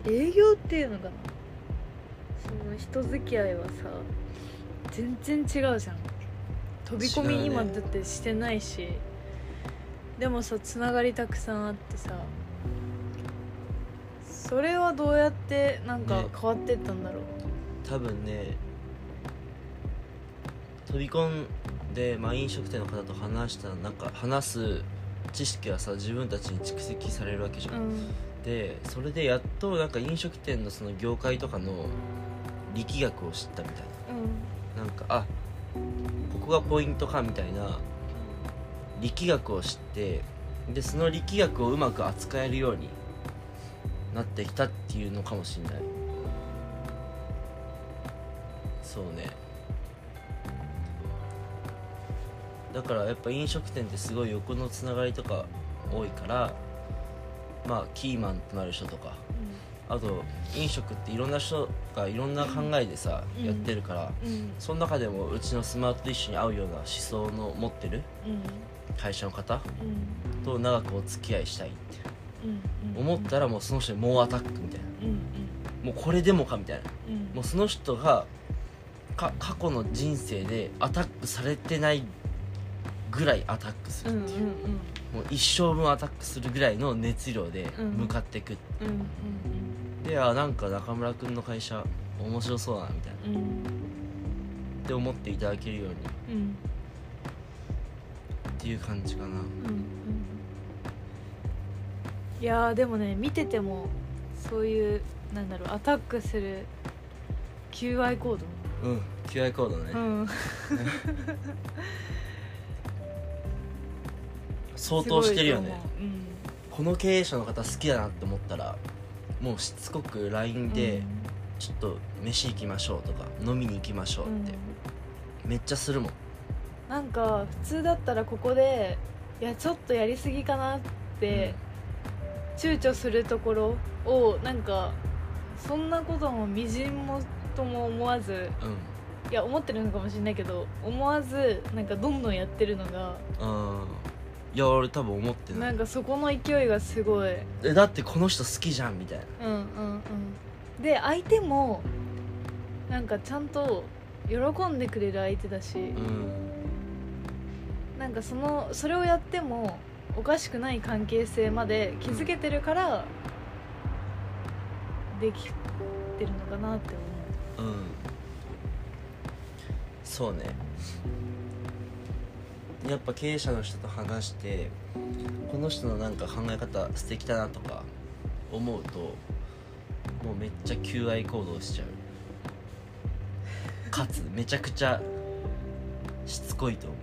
営業っていうのかな、その人付き合いはさ全然違うじゃん。飛び込み、 違うね今だってしてないし、でもさつながりたくさんあってさ、それはどうやってなんかね変わってったんだろう、 多分ね、飛び込んで、飲食店の方と話したらなんか話す知識がさ自分たちに蓄積されるわけじゃん、でそれでやっとなんか飲食店のその業界とかの力学を知ったみたいな、なんかここがポイントかみたいな力学を知って、でその力学をうまく扱えるようになってきたっていうのかもしれない。そうね、だからやっぱ飲食店ってすごい横のつながりとか多いから、キーマンとなる人とか、あと飲食っていろんな人がいろんな考えでさ、やってるから、その中でもうちのスマートディッシュに合うような思想の持ってる会社の方と長くお付き合いしたいって思ったら、もうその人に猛アタックみたいな、もうこれでもかみたいな、もうその人が過去の人生でアタックされてないぐらいアタックするっていう、もう一生分アタックするぐらいの熱量で向かっていく、でなんか中村くんの会社面白そうだなみたいな、って思っていただけるように、っていう感じかな。 いやでもね見ててもそういうなんだろうアタックする求愛行動、 求愛コードね、相当してるよね。この経営者の方好きだなって思ったらもうしつこく LINE で、ちょっと飯行きましょうとか飲みに行きましょうって、めっちゃするもん。 なんか普通だったらここでいやちょっとやりすぎかなって躊躇するところをなんかそんなこともみじんもとも思わず、いや思ってるのかもしれないけど思わずなんかどんどんやってるのが、 いや俺多分思ってない。 なんかそこの勢いがすごい。 だってこの人好きじゃんみたいな。 で相手もなんかちゃんと喜んでくれる相手だし、なんかそれをやってもおかしくない関係性まで築けてるからできてるのかなって思う。 そうね、やっぱ経営者の人と話してこの人のなんか考え方素敵だなとか思うともうめっちゃ求愛行動しちゃうかつめちゃくちゃしつこいと思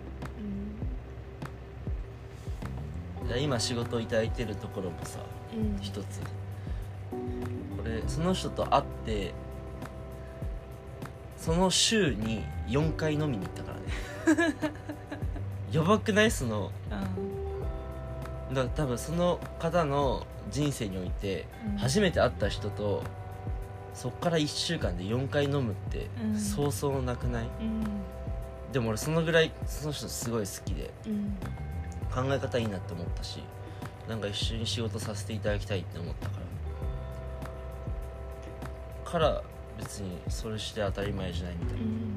う、今仕事をいただいてるところもさ、一つこれその人と会ってその週に4回飲みに行ったからねやばくない？だから多分その方の人生において初めて会った人とそっから1週間で4回飲むってそうそうなくない？でも俺そのぐらいその人すごい好きで、考え方いいなって思ったし、なんか一緒に仕事させていただきたいって思ったから別にそれして当たり前じゃないみたいな、